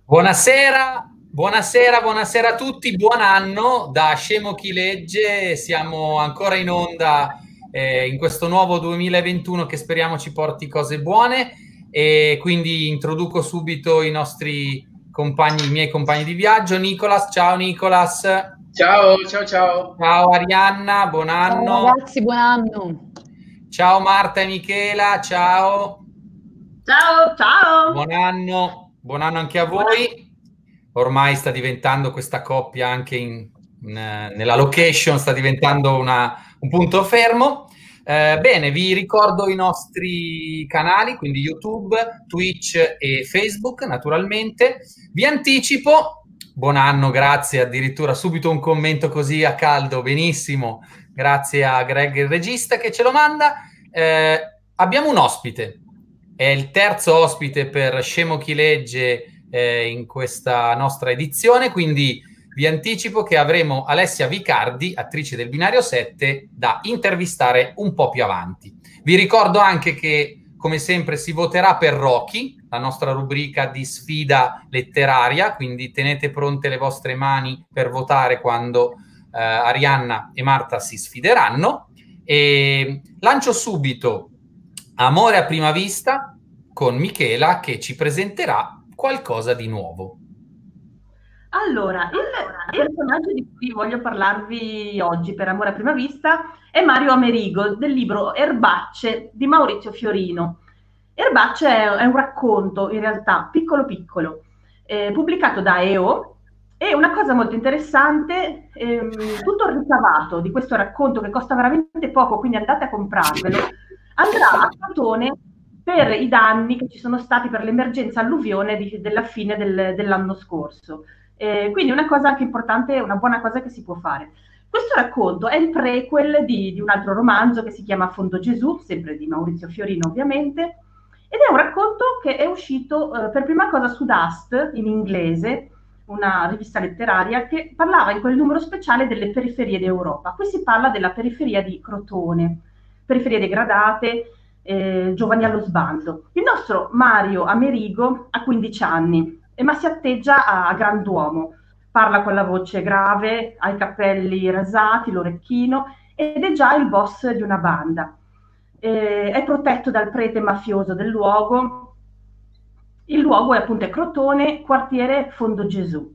Buonasera, buonasera, buonasera a tutti, buon anno da Scemo chi legge, siamo ancora in onda in questo nuovo 2021 che speriamo ci porti cose buone e quindi introduco subito i nostri compagni, i miei compagni di viaggio. Nicolas, ciao Nicolas. Ciao, ciao, ciao. Ciao Arianna, buon Ciao anno. ragazzi, buon anno. Ciao Marta e Michela, ciao. Ciao, ciao. Buon anno anche a voi. Ormai sta diventando questa coppia anche nella location, sta diventando un punto fermo. Bene, vi ricordo i nostri canali, quindi YouTube, Twitch e Facebook, naturalmente. Vi anticipo, buon anno, grazie, addirittura subito un commento così a caldo, benissimo, grazie a Greg il regista che ce lo manda. Abbiamo un ospite, è il terzo ospite per Scemo chi legge in questa nostra edizione, quindi vi anticipo che avremo Alessia Vicardi, attrice del Binario 7, da intervistare un po' più avanti. Vi ricordo anche che, come sempre, si voterà per Rocky, la nostra rubrica di sfida letteraria, quindi tenete pronte le vostre mani per votare quando Arianna e Marta si sfideranno. E lancio subito Amore a prima vista con Michela che ci presenterà qualcosa di nuovo. Allora, il personaggio di cui voglio parlarvi oggi per Amore a prima vista è Mario Amerigo del libro Erbacce di Maurizio Fiorino. Erbacce è un racconto, in realtà, piccolo piccolo, pubblicato da EO, e una cosa molto interessante, tutto il ricavato di questo racconto, che costa veramente poco, quindi andate a comprarvelo, andrà a Crotone per i danni che ci sono stati per l'emergenza alluvione della fine dell'anno scorso. Quindi una cosa anche importante, una buona cosa che si può fare. Questo racconto è il prequel di un altro romanzo che si chiama Fondo Gesù, sempre di Maurizio Fiorino ovviamente, ed è un racconto che è uscito per prima cosa su Dust in inglese, una rivista letteraria che parlava in quel numero speciale delle periferie d'Europa. Qui si parla della periferia di Crotone, periferie degradate, giovani allo sbando. Il nostro Mario Amerigo ha 15 anni, ma si atteggia a grand'uomo, parla con la voce grave, ha i capelli rasati, l'orecchino, ed è già il boss di una banda. È protetto dal prete mafioso del luogo. Il luogo è appunto Crotone, quartiere Fondo Gesù.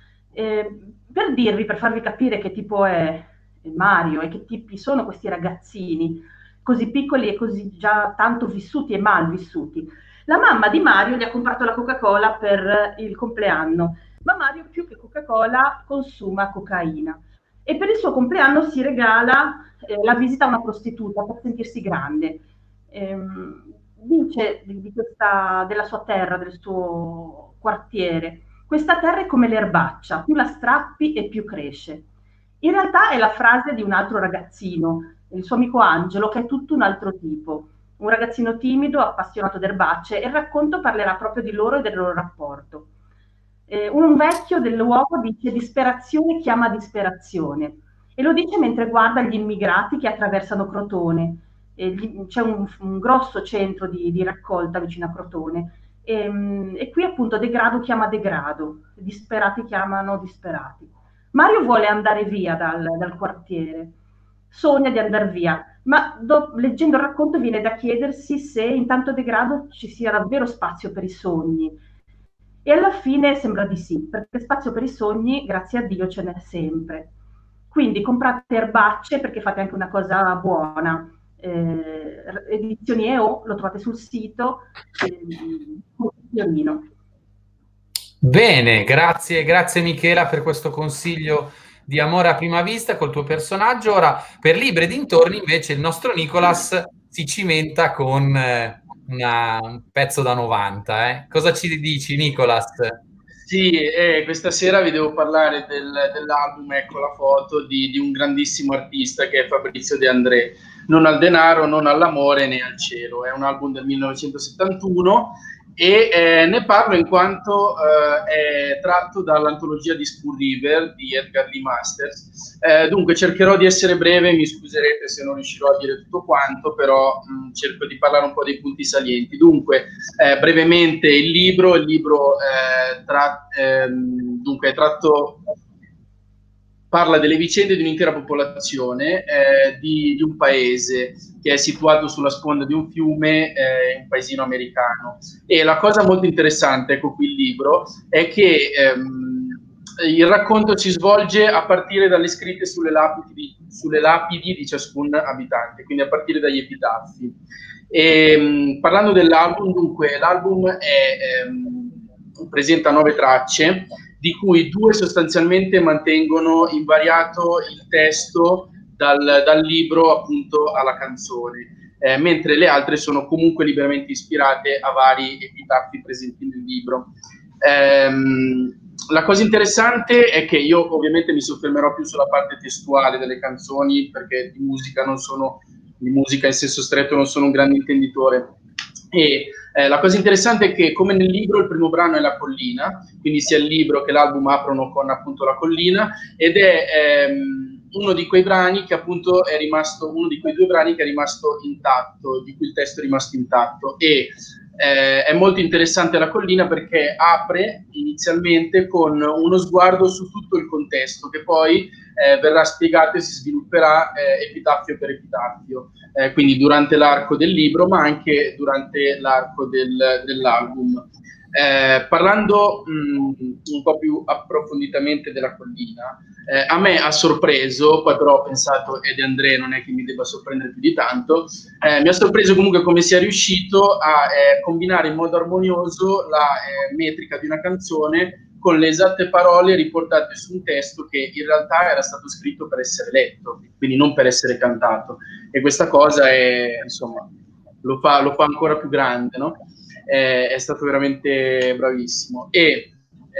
Per farvi capire che tipo è Mario e che tipi sono questi ragazzini, così piccoli e così già tanto vissuti e mal vissuti. La mamma di Mario gli ha comprato la Coca-Cola per il compleanno, ma Mario più che Coca-Cola consuma cocaina e per il suo compleanno si regala la visita a una prostituta per sentirsi grande. Dice della sua terra, del suo quartiere: questa terra è come l'erbaccia, più la strappi e più cresce. In realtà è la frase di un altro ragazzino, il suo amico Angelo, che è tutto un altro tipo, un ragazzino timido, appassionato d'erbacce, e il racconto parlerà proprio di loro e del loro rapporto. Un vecchio del luogo dice: disperazione chiama disperazione, e lo dice mentre guarda gli immigrati che attraversano Crotone. C'è un grosso centro di raccolta vicino a Crotone, e qui appunto degrado chiama degrado, disperati chiamano disperati. Mario vuole andare via dal quartiere, sogna di andare via, ma leggendo il racconto viene da chiedersi se in tanto degrado ci sia davvero spazio per i sogni. E alla fine sembra di sì, perché spazio per i sogni, grazie a Dio, ce n'è sempre. Quindi comprate erbacce perché fate anche una cosa buona. Edizioni EO, lo trovate sul sito. Bene, grazie Michela per questo consiglio di Amore a prima vista col tuo personaggio. Ora, per Libri e dintorni, invece, il nostro Nicolas si cimenta con un pezzo da 90. Cosa ci dici, Nicolas? Sì, questa sera vi devo parlare dell'album Ecco la foto di un grandissimo artista che è Fabrizio De André. Non al denaro, non all'amore né al cielo. È un album del 1971 e ne parlo in quanto è tratto dall'antologia di Spoon River di Edgar Lee Masters. Dunque cercherò di essere breve, mi scuserete se non riuscirò a dire tutto quanto, però cerco di parlare un po' dei punti salienti. Dunque, brevemente il libro dunque è tratto... parla delle vicende di un'intera popolazione di un paese che è situato sulla sponda di un fiume, un paesino americano. E la cosa molto interessante, ecco qui il libro, è che il racconto si svolge a partire dalle scritte sulle lapidi di ciascun abitante, quindi a partire dagli epitafi. E, parlando dell'album, dunque, l'album presenta 9 tracce, di cui 2 sostanzialmente mantengono invariato il testo dal libro appunto alla canzone, mentre le altre sono comunque liberamente ispirate a vari epitafi presenti nel libro. La cosa interessante è che io ovviamente mi soffermerò più sulla parte testuale delle canzoni, perché di musica in senso stretto non sono un grande intenditore. E la cosa interessante è che, come nel libro, il primo brano è La collina, quindi sia il libro che l'album aprono con appunto La collina, ed è uno di quei brani che appunto è rimasto, uno di quei 2 brani che è rimasto intatto, di cui il testo è rimasto intatto. E è molto interessante La collina perché apre inizialmente con uno sguardo su tutto il contesto, che poi verrà spiegato e si svilupperà epitafio per epitafio, quindi durante l'arco del libro ma anche durante l'arco dell'album. Parlando un po' più approfonditamente della collina, a me ha sorpreso, poi però ho pensato De André non è che mi debba sorprendere più di tanto, mi ha sorpreso comunque come sia riuscito a combinare in modo armonioso la metrica di una canzone con le esatte parole riportate su un testo che in realtà era stato scritto per essere letto, quindi non per essere cantato, e questa cosa è, insomma, lo fa ancora più grande, no? È stato veramente bravissimo. E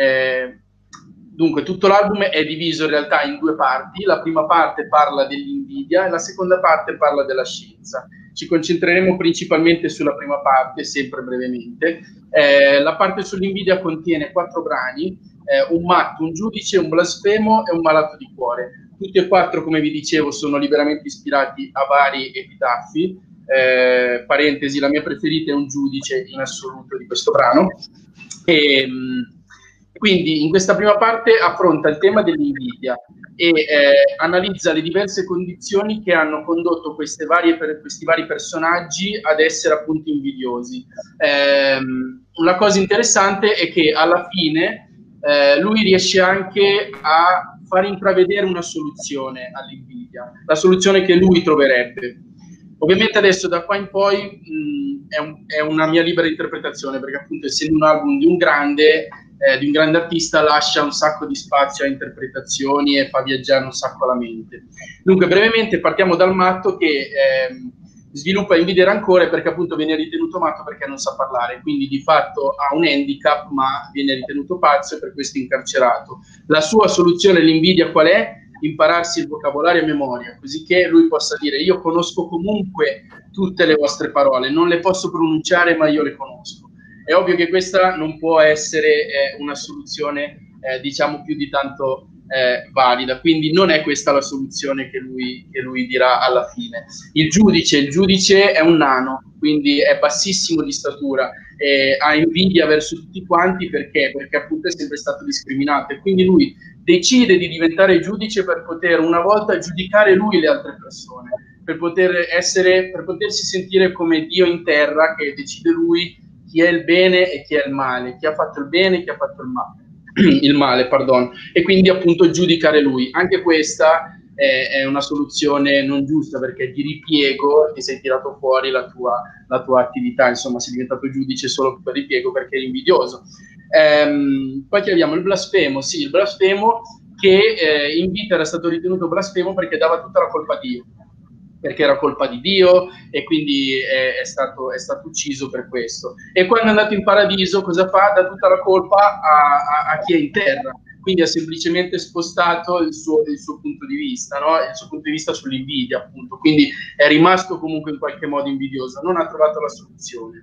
dunque tutto l'album è diviso in realtà in 2 parti. La prima parte parla dell'invidia e la seconda parte parla della scienza. Ci concentreremo principalmente sulla prima parte, sempre brevemente. La parte sull'invidia contiene 4 brani, un matto, un giudice, un blasfemo e un malato di cuore. Tutti e 4, come vi dicevo, sono liberamente ispirati a vari epitafi. Parentesi, la mia preferita è un giudice in assoluto di questo brano. E quindi in questa prima parte affronta il tema dell'invidia e analizza le diverse condizioni che hanno condotto questi vari personaggi ad essere appunto invidiosi. Una cosa interessante è che alla fine lui riesce anche a far intravedere una soluzione all'invidia, la soluzione che lui troverebbe. Ovviamente adesso da qua in poi è una mia libera interpretazione, perché appunto essendo un album di un grande artista lascia un sacco di spazio a interpretazioni e fa viaggiare un sacco la mente. Dunque brevemente partiamo dal matto che sviluppa invidia e rancore perché appunto viene ritenuto matto perché non sa parlare, quindi di fatto ha un handicap ma viene ritenuto pazzo e per questo incarcerato. La sua soluzione all'invidia qual è? Impararsi il vocabolario a memoria, così che lui possa dire: io conosco comunque tutte le vostre parole, non le posso pronunciare ma io le conosco. È ovvio che questa non può essere una soluzione diciamo più di tanto valida, quindi non è questa la soluzione che lui dirà alla fine. Il giudice è un nano, quindi è bassissimo di statura, ha invidia verso tutti quanti perché appunto è sempre stato discriminato, e quindi lui decide di diventare giudice per poter una volta giudicare lui le altre persone, per potersi sentire come Dio in terra, che decide lui chi è il bene e chi è il male, chi ha fatto il bene e chi ha fatto il male, perdono, e quindi appunto giudicare lui. Anche questa è una soluzione non giusta, perché di ripiego ti sei tirato fuori la tua attività, insomma sei diventato giudice solo per ripiego perché eri invidioso. Poi abbiamo il blasfemo. Sì, il blasfemo che in vita era stato ritenuto blasfemo perché dava tutta la colpa a Dio, perché era colpa di Dio e quindi è stato ucciso per questo. E quando è andato in paradiso cosa fa? Dà tutta la colpa a chi è in terra, quindi ha semplicemente spostato il suo punto di vista, no? Il suo punto di vista sull'invidia, appunto, quindi è rimasto comunque in qualche modo invidioso, non ha trovato la soluzione.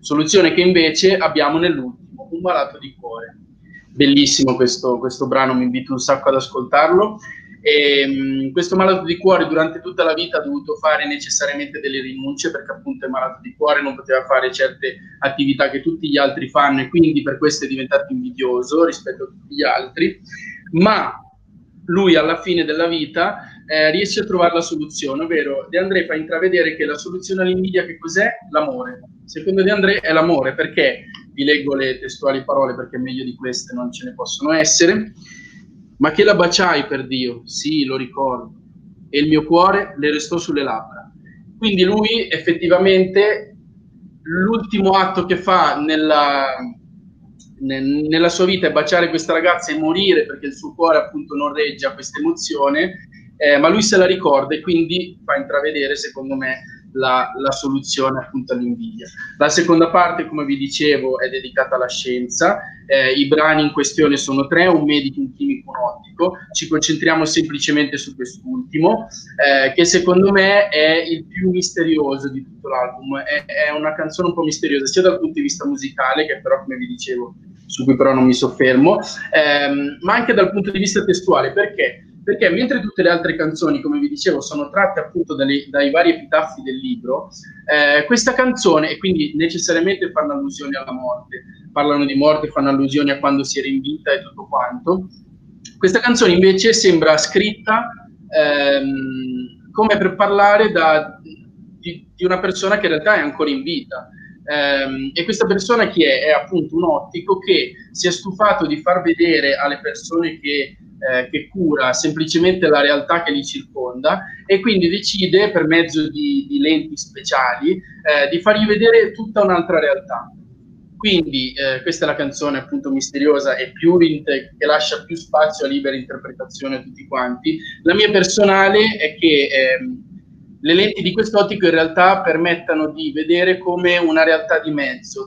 soluzione che invece abbiamo nell'ultimo, Un malato di cuore. Bellissimo questo brano, mi invito un sacco ad ascoltarlo. E, questo malato di cuore durante tutta la vita ha dovuto fare necessariamente delle rinunce, perché appunto è malato di cuore, non poteva fare certe attività che tutti gli altri fanno, e quindi per questo è diventato invidioso rispetto a tutti gli altri, ma lui alla fine della vita riesce a trovare la soluzione, ovvero De André fa intravedere che la soluzione all'invidia che cos'è? L'amore. Secondo De André è l'amore, perché, vi leggo le testuali parole perché meglio di queste non ce ne possono essere: ma che la baciai, per Dio, sì, lo ricordo, e il mio cuore le restò sulle labbra. Quindi lui effettivamente l'ultimo atto che fa nella sua vita è baciare questa ragazza e morire, perché il suo cuore appunto non regge a questa emozione, ma lui se la ricorda, e quindi fa intravedere, secondo me, la soluzione appunto all'invidia. La seconda parte, come vi dicevo, è dedicata alla scienza. I brani in questione sono 3, un medico, un chimico, un ottico. Ci concentriamo semplicemente su quest'ultimo, che secondo me è il più misterioso di tutto l'album. È una canzone un po' misteriosa, sia dal punto di vista musicale, che però, come vi dicevo, su cui però non mi soffermo, ma anche dal punto di vista testuale. Perché? Perché mentre tutte le altre canzoni, come vi dicevo, sono tratte appunto dai vari epitaffi del libro, questa canzone, e quindi necessariamente fanno allusioni alla morte, parlano di morte, fanno allusioni a quando si era in vita e tutto quanto. Questa canzone invece sembra scritta come per parlare di una persona che in realtà è ancora in vita. E questa persona chi è? È appunto un ottico che si è stufato di far vedere alle persone che cura semplicemente la realtà che li circonda, e quindi decide, per mezzo di lenti speciali, di fargli vedere tutta un'altra realtà. Quindi questa è la canzone appunto misteriosa e che lascia più spazio a libera interpretazione a tutti quanti. La mia personale è che le lenti di quest'ottico in realtà permettano di vedere come una realtà di mezzo,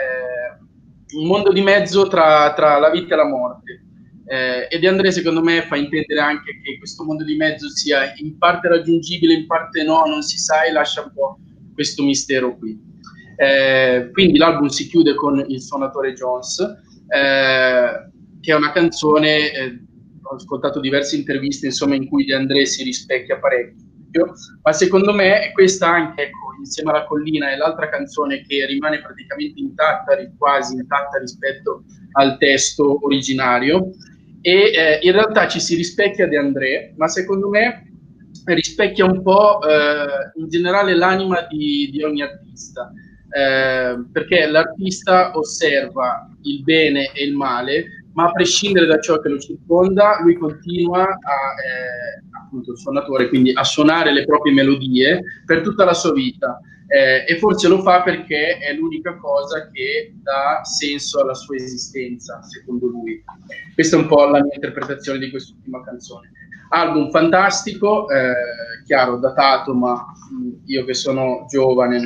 un mondo di mezzo tra la vita e la morte. E De André, secondo me, fa intendere anche che questo mondo di mezzo sia in parte raggiungibile, in parte no, non si sa, e lascia un po' questo mistero qui. Quindi l'album si chiude con Il suonatore Jones, che è una canzone, ho ascoltato diverse interviste, insomma, in cui De André si rispecchia parecchio, ma secondo me è questa anche, ecco, insieme alla collina, è l'altra canzone che rimane praticamente intatta, quasi intatta rispetto al testo originario, e in realtà ci si rispecchia De André, ma secondo me rispecchia un po' in generale l'anima di ogni artista, perché l'artista osserva il bene e il male, ma a prescindere da ciò che lo circonda, lui continua appunto il suonatore, quindi a suonare le proprie melodie per tutta la sua vita, e forse lo fa perché è l'unica cosa che dà senso alla sua esistenza, secondo lui. Questa è un po' la mia interpretazione di quest'ultima canzone. Album fantastico, chiaro, datato, ma io che sono giovane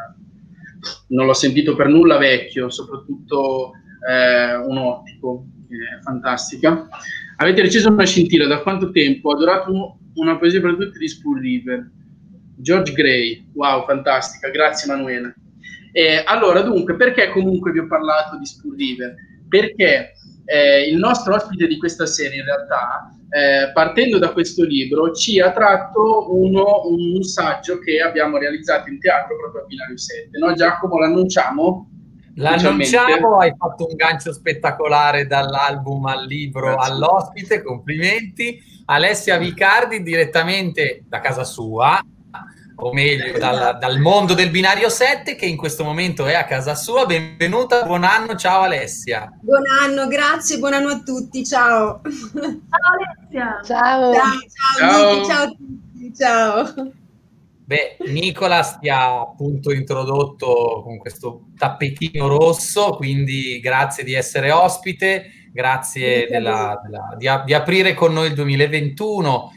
non l'ho sentito per nulla vecchio, soprattutto un ottico, fantastica. Avete receso una scintilla, da quanto tempo? Ho adorato una poesia per tutti di Spoon River. George Gray, wow, fantastica, grazie Manuela. Allora, dunque, perché comunque vi ho parlato di Spoon River? Perché il nostro ospite di questa serie, in realtà, partendo da questo libro, ci ha tratto un saggio che abbiamo realizzato in teatro proprio a Binario 7. No, Giacomo, l'annunciamo? L'annunciamo, hai fatto un gancio spettacolare dall'album al libro. Grazie. All'ospite, complimenti. Alessia Vicardi, direttamente da casa sua, o meglio dal mondo del Binario 7, che in questo momento è a casa sua. Benvenuta, buon anno, ciao Alessia. Buon anno, grazie, buon anno a tutti, ciao. Ciao Alessia. Ciao. Ciao Niki, ciao a tutti, ciao. Beh, Nicola ti ha appunto introdotto con questo tappetino rosso, quindi grazie di essere ospite, grazie di aprire con noi il 2021.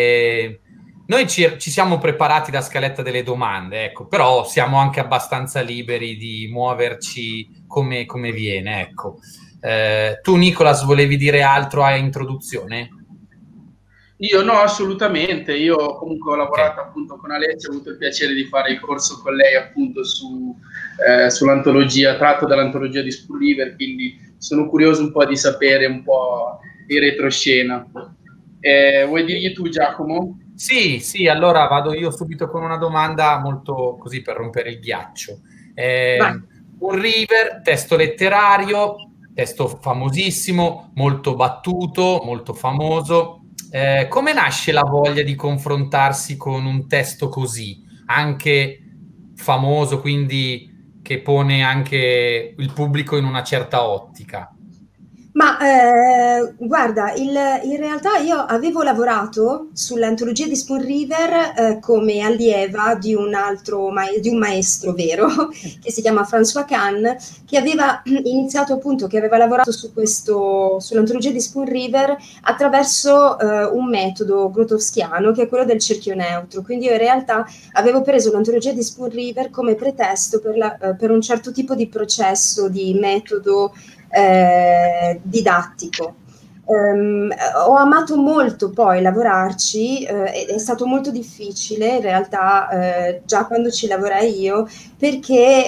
Noi ci siamo preparati la scaletta delle domande, ecco, però siamo anche abbastanza liberi di muoverci come viene, ecco. Tu, Nicolas, volevi dire altro a introduzione? Io no, assolutamente. Io comunque ho lavorato appunto con Alessia, ho avuto il piacere di fare il corso con lei appunto sull'antologia, tratto dall'antologia di Spoon River, quindi sono curioso un po' di sapere un po' di retroscena. Vuoi dirgli tu, Giacomo? Sì, allora vado io subito con una domanda molto così per rompere il ghiaccio. Spoon River, testo letterario, testo famosissimo, molto battuto, molto famoso. Come nasce la voglia di confrontarsi con un testo così, anche famoso, quindi che pone anche il pubblico in una certa ottica? Ma guarda, in realtà io avevo lavorato sull'antologia di Spoon River come allieva di un altro di un maestro vero che si chiama François Kahn, che aveva iniziato appunto, che aveva lavorato sull'antologia di Spoon River attraverso un metodo grotowskiano che è quello del cerchio neutro. Quindi io in realtà avevo preso l'antologia di Spoon River come pretesto per un certo tipo di processo, di metodo didattico. Ho amato molto poi lavorarci, è stato molto difficile in realtà già quando ci lavorai io, perché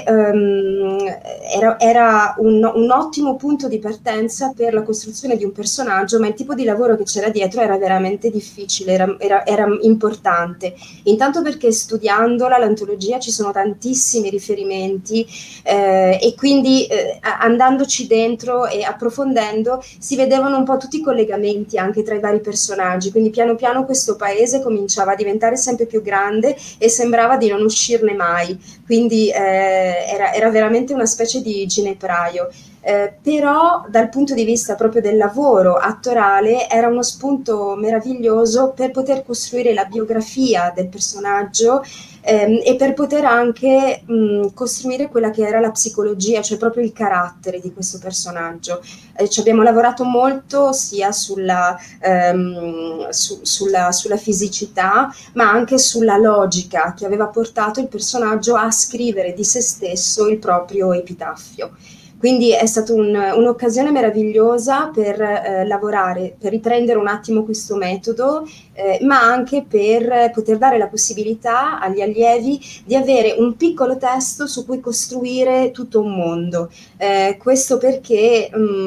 era un ottimo punto di partenza per la costruzione di un personaggio, ma il tipo di lavoro che c'era dietro era veramente difficile, era importante. Intanto perché studiandola, l'antologia, ci sono tantissimi riferimenti e quindi andandoci dentro e approfondendo si vedevano un po' tutti i collegamenti anche tra i vari personaggi, quindi piano piano questo paese cominciava a diventare sempre più grande e sembrava di non uscirne mai, quindi era veramente una specie di ginepraio. Però dal punto di vista proprio del lavoro attorale era uno spunto meraviglioso per poter costruire la biografia del personaggio e per poter anche costruire quella che era la psicologia, cioè proprio il carattere di questo personaggio. Ci abbiamo lavorato molto sia sulla fisicità, ma anche sulla logica che aveva portato il personaggio a scrivere di se stesso il proprio epitaffio. Quindi è stata un'occasione meravigliosa per lavorare, per riprendere un attimo questo metodo, ma anche per poter dare la possibilità agli allievi di avere un piccolo testo su cui costruire tutto un mondo. Questo perché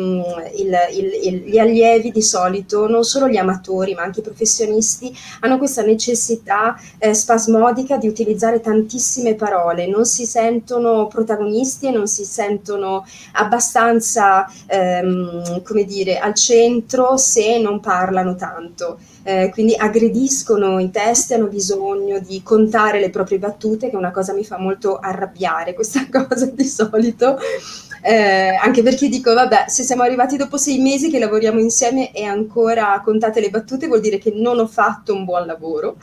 gli allievi di solito, non solo gli amatori, ma anche i professionisti, hanno questa necessità spasmodica di utilizzare tantissime parole, non si sentono protagonisti e non si sentono abbastanza, come dire, al centro se non parlano tanto. Quindi aggrediscono i testi, hanno bisogno di contare le proprie battute, che è una cosa che mi fa molto arrabbiare, questa cosa di solito. Anche perché dico, vabbè, se siamo arrivati dopo 6 mesi che lavoriamo insieme e ancora contate le battute, vuol dire che non ho fatto un buon lavoro.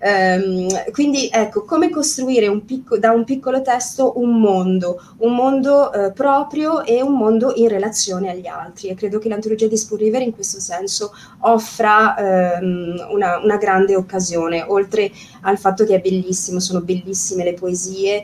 Quindi ecco, come costruire da un piccolo testo un mondo proprio e un mondo in relazione agli altri, e credo che l'antologia di Spoon River in questo senso offra una grande occasione, oltre al fatto che è bellissimo, sono bellissime le poesie,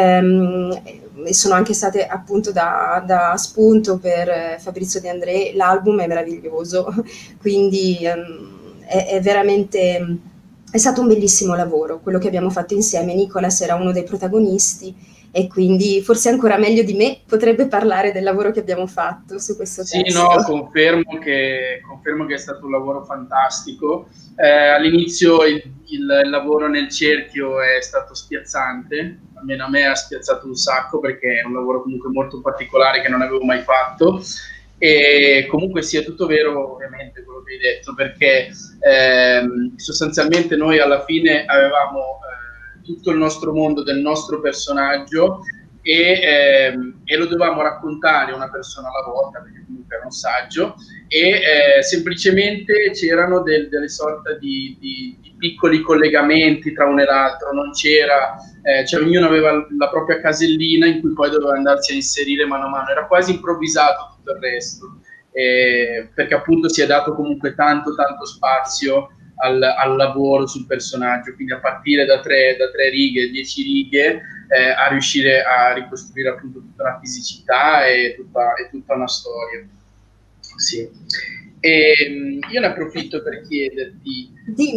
sono anche state appunto da spunto per Fabrizio De André, l'album è meraviglioso, quindi è veramente... È stato un bellissimo lavoro, quello che abbiamo fatto insieme. Nicolas era uno dei protagonisti e quindi forse ancora meglio di me potrebbe parlare del lavoro che abbiamo fatto su questo testo. Sì, no, confermo che è stato un lavoro fantastico. All'inizio il lavoro nel cerchio è stato spiazzante, almeno a me ha spiazzato un sacco perché è un lavoro comunque molto particolare che non avevo mai fatto. E comunque sia tutto vero ovviamente quello che hai detto, perché sostanzialmente noi alla fine avevamo tutto il nostro mondo del nostro personaggio e lo dovevamo raccontare una persona alla volta, perché comunque era un saggio, e semplicemente c'erano delle sorte di piccoli collegamenti tra uno e l'altro, non c'era, cioè ognuno aveva la propria casellina in cui poi doveva andarsi a inserire mano a mano, era quasi improvvisato tutto il resto, perché appunto si è dato comunque tanto spazio al lavoro sul personaggio, quindi a partire da 3 righe, 10 righe, a riuscire a ricostruire appunto tutta la fisicità e tutta una storia. Sì. Io ne approfitto per chiederti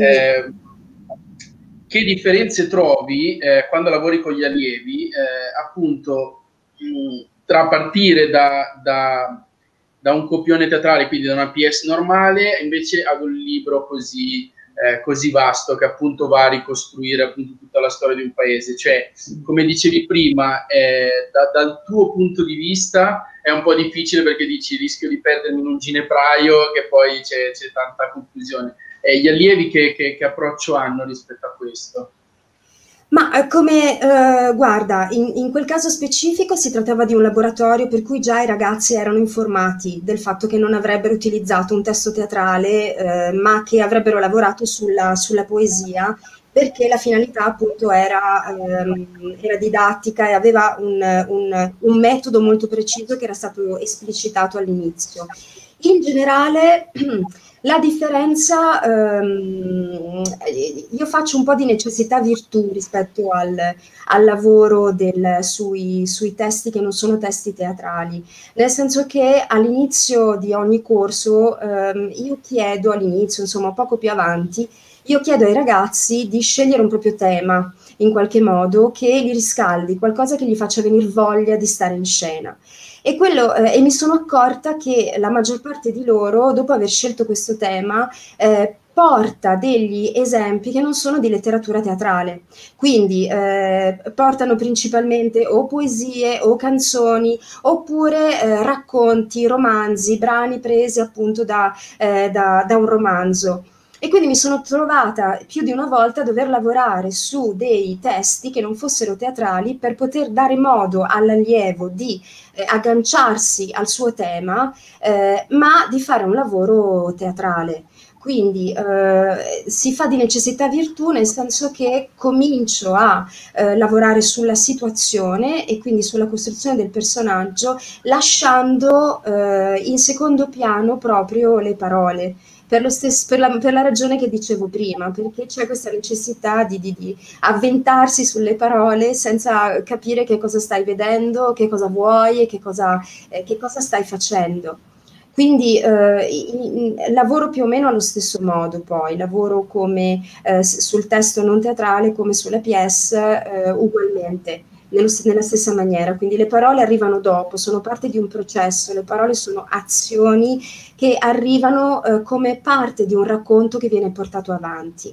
che differenze trovi quando lavori con gli allievi, appunto, tra partire da un copione teatrale, quindi da una PS normale, invece ad un libro così vasto che appunto va a ricostruire appunto tutta la storia di un paese. Cioè, come dicevi prima, dal tuo punto di vista è un po' difficile perché dici rischio di perdermi in un ginepraio che poi c'è tanta confusione. Gli allievi che approccio hanno rispetto a questo? Ma guarda, in quel caso specifico si trattava di un laboratorio per cui già i ragazzi erano informati del fatto che non avrebbero utilizzato un testo teatrale, ma che avrebbero lavorato sulla poesia, perché la finalità appunto era didattica e aveva un metodo molto preciso che era stato esplicitato all'inizio. In generale, la differenza, io faccio un po' di necessità-virtù rispetto al lavoro sui testi che non sono testi teatrali, nel senso che all'inizio di ogni corso io chiedo, all'inizio, insomma poco più avanti, io chiedo ai ragazzi di scegliere un proprio tema, in qualche modo, che li riscaldi, qualcosa che gli faccia venire voglia di stare in scena. E mi sono accorta che la maggior parte di loro, dopo aver scelto questo tema, porta degli esempi che non sono di letteratura teatrale, quindi portano principalmente o poesie o canzoni, oppure racconti, romanzi, brani presi appunto da un romanzo. E quindi mi sono trovata più di una volta a dover lavorare su dei testi che non fossero teatrali per poter dare modo all'allievo di agganciarsi al suo tema, ma di fare un lavoro teatrale. Quindi si fa di necessità virtù, nel senso che comincio a lavorare sulla situazione e quindi sulla costruzione del personaggio, lasciando in secondo piano proprio le parole. Per la ragione che dicevo prima, perché c'è questa necessità di avventarsi sulle parole senza capire che cosa stai vedendo, che cosa vuoi e che cosa stai facendo. Quindi lavoro più o meno allo stesso modo, poi lavoro come sul testo non teatrale come sulla PS ugualmente. Nella stessa maniera, quindi le parole arrivano dopo, sono parte di un processo, le parole sono azioni che arrivano come parte di un racconto che viene portato avanti.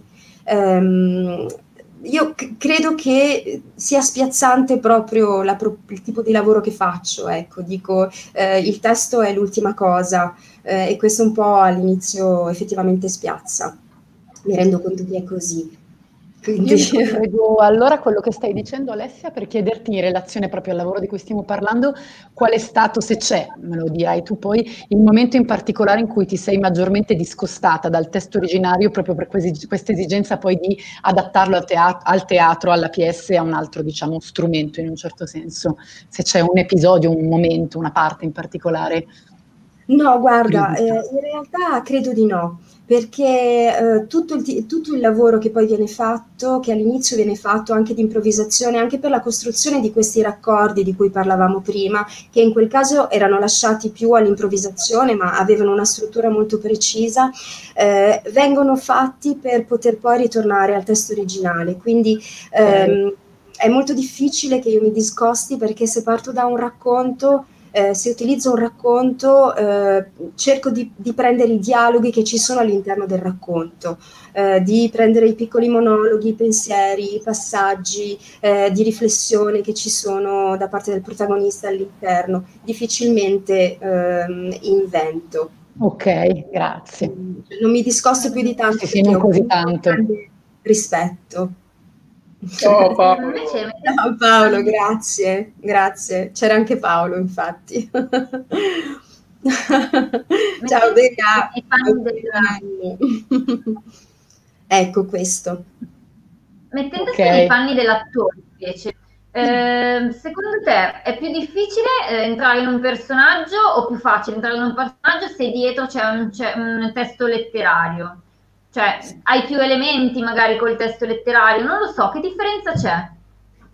Io credo che sia spiazzante proprio il tipo di lavoro che faccio, ecco, dico il testo è l'ultima cosa e questo un po' all'inizio effettivamente spiazza, mi rendo conto che è così. Io mi collego allora a quello che stai dicendo, Alessia, per chiederti in relazione proprio al lavoro di cui stiamo parlando, qual è stato, se c'è, me lo dirai tu poi, il momento in particolare in cui ti sei maggiormente discostata dal testo originario proprio per questa esigenza poi di adattarlo al teatro, alla PS e a un altro, diciamo, strumento in un certo senso. Se c'è un episodio, un momento, una parte in particolare. No, guarda, in realtà credo di no, perché tutto il lavoro che poi viene fatto, che all'inizio viene fatto anche di improvvisazione, anche per la costruzione di questi raccordi di cui parlavamo prima, che in quel caso erano lasciati più all'improvvisazione, ma avevano una struttura molto precisa, vengono fatti per poter poi ritornare al testo originale. Quindi è molto difficile che io mi discosti, perché se parto da un racconto, se utilizzo un racconto, cerco di prendere i dialoghi che ci sono all'interno del racconto, di prendere i piccoli monologhi, i pensieri, i passaggi di riflessione che ci sono da parte del protagonista all'interno. Difficilmente invento. Ok, grazie. Non mi discosto più di tanto, sì, non così tanto. Rispetto. Ciao Paolo. Ciao Paolo, grazie. C'era anche Paolo, infatti. Ciao Bea. Ecco questo. Mettendosi nei panni dell'attore, invece, secondo te è più difficile entrare in un personaggio o più facile entrare in un personaggio se dietro c'è un testo letterario? Cioè, hai più elementi magari col testo letterario, non lo so, che differenza c'è?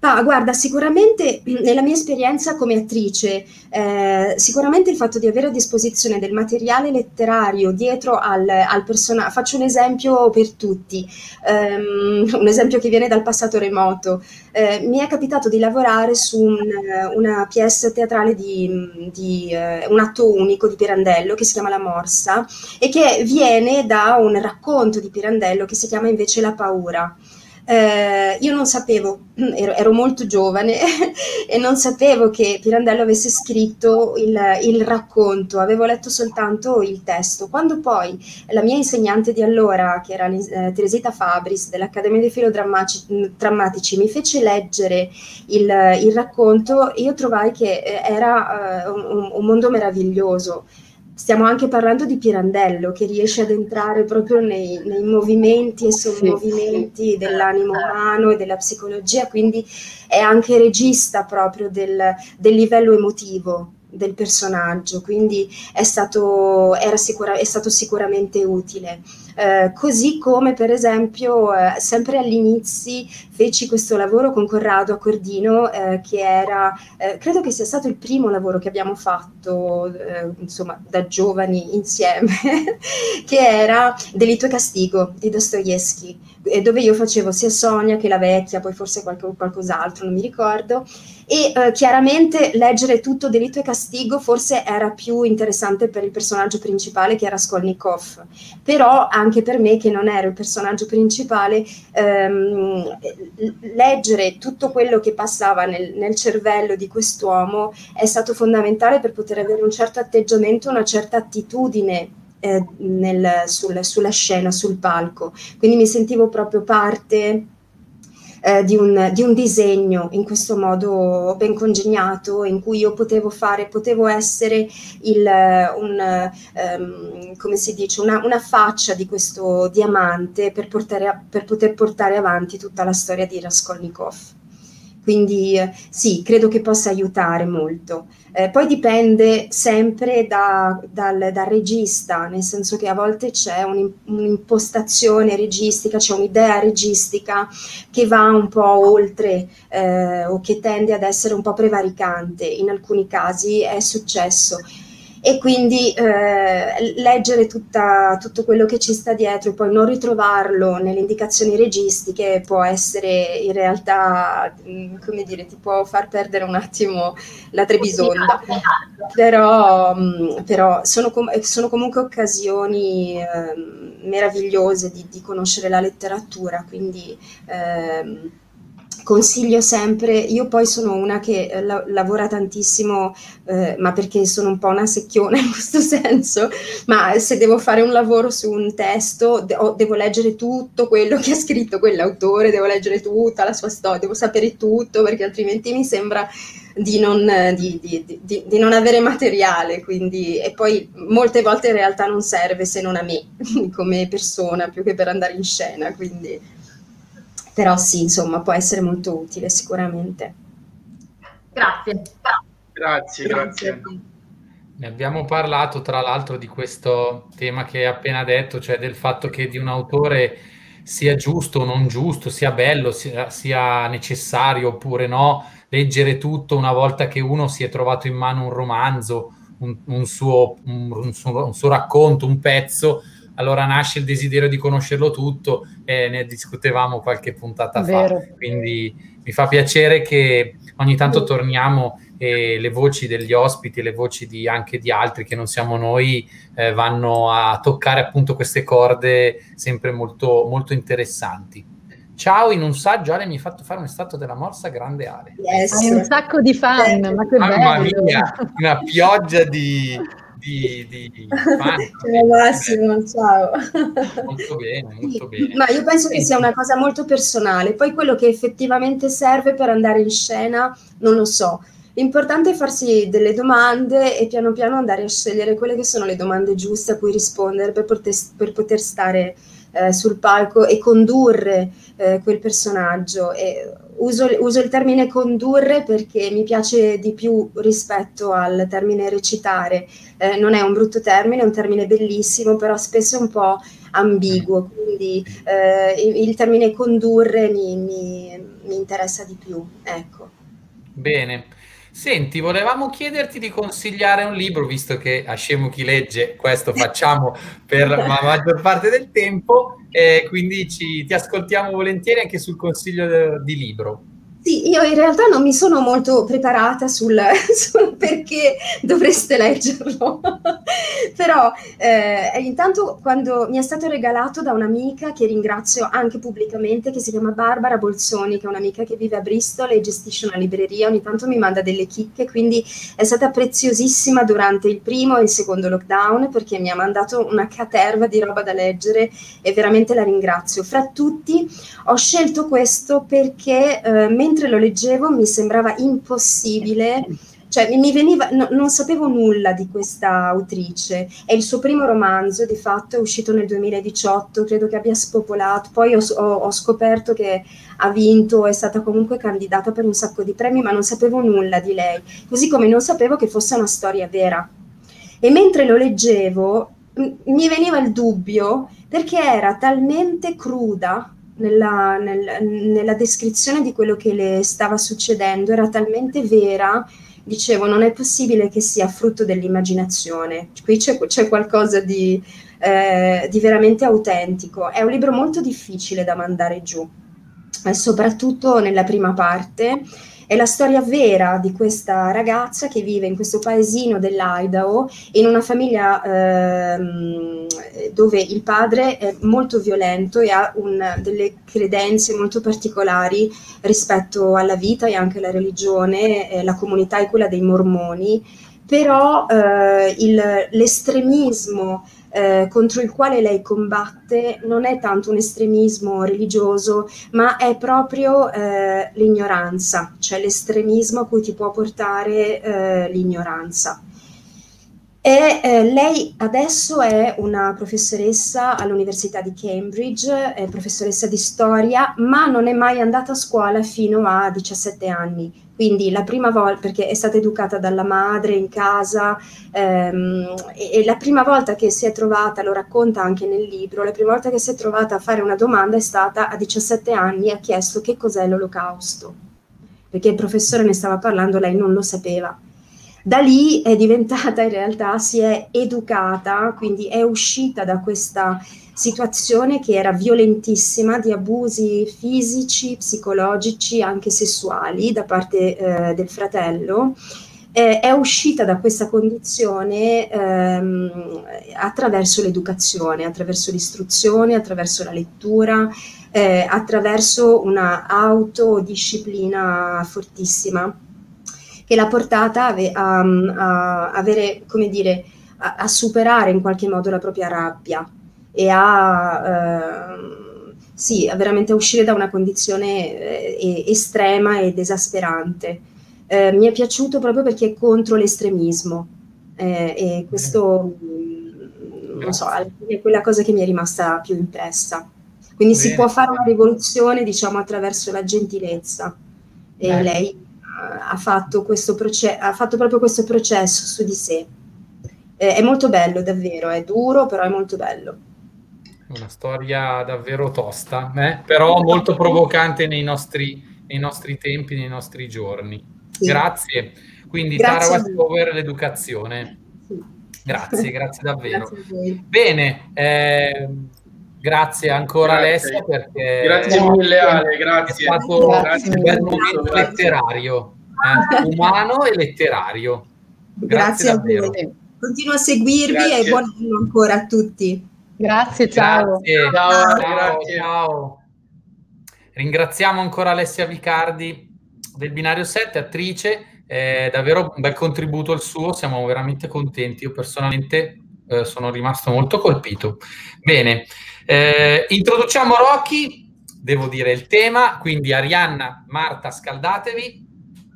Ah, guarda, sicuramente nella mia esperienza come attrice, sicuramente il fatto di avere a disposizione del materiale letterario dietro al personaggio, faccio un esempio per tutti, un esempio che viene dal passato remoto. Mi è capitato di lavorare su una pièce teatrale di un atto unico di Pirandello che si chiama La Morsa e che viene da un racconto di Pirandello che si chiama invece La Paura. Io non sapevo, ero molto giovane e non sapevo che Pirandello avesse scritto il racconto, avevo letto soltanto il testo. Quando poi la mia insegnante di allora, che era Teresita Fabris dell'Accademia dei Filodrammatici, mi fece leggere il racconto, io trovai che era un mondo meraviglioso. Stiamo anche parlando di Pirandello, che riesce ad entrare proprio nei movimenti e sommovimenti dell'animo umano e della psicologia, quindi è anche regista proprio del livello emotivo del personaggio, quindi è stato sicuramente utile. Così come per esempio sempre agli inizi feci questo lavoro con Corrado Accordino che era, credo che sia stato il primo lavoro che abbiamo fatto insomma da giovani insieme che era Delitto e Castigo di Dostoevskij, dove io facevo sia Sonia che la vecchia, poi forse qualcos'altro, non mi ricordo, e chiaramente leggere tutto Delitto e Castigo forse era più interessante per il personaggio principale che era Raskolnikov, però anche per me che non ero il personaggio principale, leggere tutto quello che passava nel cervello di quest'uomo è stato fondamentale per poter avere un certo atteggiamento, una certa attitudine sulla scena, sul palco, quindi mi sentivo proprio parte di un disegno in questo modo ben congegnato in cui io potevo essere come si dice, una faccia di questo diamante per poter portare avanti tutta la storia di Raskolnikov. Quindi sì, credo che possa aiutare molto. Poi dipende sempre dal regista, nel senso che a volte c'è un'impostazione registica, c'è un'idea registica che va un po' oltre o che tende ad essere un po' prevaricante. In alcuni casi è successo. E quindi leggere tutto quello che ci sta dietro e poi non ritrovarlo nelle indicazioni registiche può essere in realtà, come dire, ti può far perdere un attimo la Trebisonda, però sono comunque occasioni meravigliose di conoscere la letteratura, quindi consiglio sempre. Io poi sono una che lavora tantissimo, ma perché sono un po' una secchiona in questo senso, ma se devo fare un lavoro su un testo devo leggere tutto quello che ha scritto quell'autore, devo leggere tutta la sua storia, devo sapere tutto, perché altrimenti mi sembra di non avere materiale, quindi, e poi molte volte in realtà non serve se non a me come persona più che per andare in scena, quindi però sì, insomma, può essere molto utile sicuramente. Grazie. Ne abbiamo parlato tra l'altro di questo tema che hai appena detto, cioè del fatto che di un autore sia giusto o non giusto, sia bello, sia necessario oppure no, leggere tutto una volta che uno si è trovato in mano un romanzo, un suo racconto, un pezzo. Allora nasce il desiderio di conoscerlo tutto e ne discutevamo qualche puntata fa. Quindi mi fa piacere che ogni tanto torniamo e le voci degli ospiti, le voci anche di altri che non siamo noi vanno a toccare appunto queste corde sempre molto, molto interessanti. Ciao, in un saggio Ale mi hai fatto fare un estratto della Morsa grande Ale. Yes. Hai un sacco di fan, ma che mamma bello! Mia, una pioggia di Massimo, ciao. Molto bene. Ma io penso che sia una cosa molto personale, poi quello che effettivamente serve per andare in scena non lo so. L'importante è farsi delle domande e piano piano andare a scegliere quelle che sono le domande giuste a cui rispondere per poter stare sul palco e condurre quel personaggio. E uso il termine condurre perché mi piace di più rispetto al termine recitare. Non è un brutto termine, è un termine bellissimo, però spesso è un po' ambiguo, quindi il termine condurre mi interessa di più, ecco. Bene. Senti, volevamo chiederti di consigliare un libro, visto che a scemo chi legge, questo facciamo per la maggior parte del tempo, quindi ti ascoltiamo volentieri anche sul consiglio di libro. Sì, io in realtà non mi sono molto preparata sul perché dovreste leggerlo, però intanto quando mi è stato regalato da un'amica che ringrazio anche pubblicamente, che si chiama Barbara Bolzoni, che è un'amica che vive a Bristol e gestisce una libreria, ogni tanto mi manda delle chicche, quindi è stata preziosissima durante il primo e il secondo lockdown, perché mi ha mandato una caterva di roba da leggere e veramente la ringrazio. Fra tutti ho scelto questo perché mentre lo leggevo mi sembrava impossibile, cioè mi veniva, non sapevo nulla di questa autrice. È il suo primo romanzo, di fatto è uscito nel 2018, credo che abbia spopolato, poi ho scoperto che ha vinto, è stata comunque candidata per un sacco di premi, ma non sapevo nulla di lei, così come non sapevo che fosse una storia vera. E mentre lo leggevo mi veniva il dubbio, perché era talmente cruda nella descrizione di quello che le stava succedendo, era talmente vera, dicevo non è possibile che sia frutto dell'immaginazione, qui c'è qualcosa di veramente autentico. È un libro molto difficile da mandare giù, soprattutto nella prima parte. È la storia vera di questa ragazza che vive in questo paesino dell'Idaho, in una famiglia dove il padre è molto violento e ha delle credenze molto particolari rispetto alla vita e anche alla religione. La comunità è quella dei mormoni, però l'estremismo contro il quale lei combatte non è tanto un estremismo religioso, ma è proprio l'ignoranza, cioè l'estremismo a cui ti può portare l'ignoranza. E lei adesso è una professoressa all'Università di Cambridge, è professoressa di storia, ma non è mai andata a scuola fino a 17 anni. Quindi la prima volta, perché è stata educata dalla madre in casa, e la prima volta che si è trovata, lo racconta anche nel libro, la prima volta che si è trovata a fare una domanda è stata a 17 anni e ha chiesto che cos'è l'Olocausto, perché il professore ne stava parlando, lei non lo sapeva. Da lì è diventata, in realtà si è educata, quindi è uscita da questa situazione che era violentissima, di abusi fisici, psicologici, anche sessuali da parte del fratello. È uscita da questa condizione attraverso l'educazione, attraverso l'istruzione, attraverso la lettura, attraverso una autodisciplina fortissima, che l'ha portata a avere, come dire, a superare in qualche modo la propria rabbia e a veramente uscire da una condizione estrema ed esasperante. Mi è piaciuto proprio perché è contro l'estremismo e questo, non so, è quella cosa che mi è rimasta più impressa. Quindi si può fare una rivoluzione, diciamo, attraverso la gentilezza, e lei ha fatto proprio questo processo su di sé. È molto bello, davvero, è duro, però è molto bello. Una storia davvero tosta, però molto provocante nei nostri tempi, nei nostri giorni. Sì. Grazie. Quindi Tara Westover, l'educazione. Sì. Grazie davvero. Grazie. Bene, grazie ancora Alessia, perché grazie mille Ale, grazie. È stato un bel momento letterario, umano e letterario. Grazie a voi. Continuo a seguirvi e buon anno ancora a tutti. Grazie, ciao. Ciao. Ringraziamo ancora Alessia Vicardi del Binario 7, attrice, davvero un bel contributo il suo, siamo veramente contenti, io personalmente sono rimasto molto colpito. Bene, introduciamo Rocky, devo dire il tema, quindi Arianna, Marta, scaldatevi,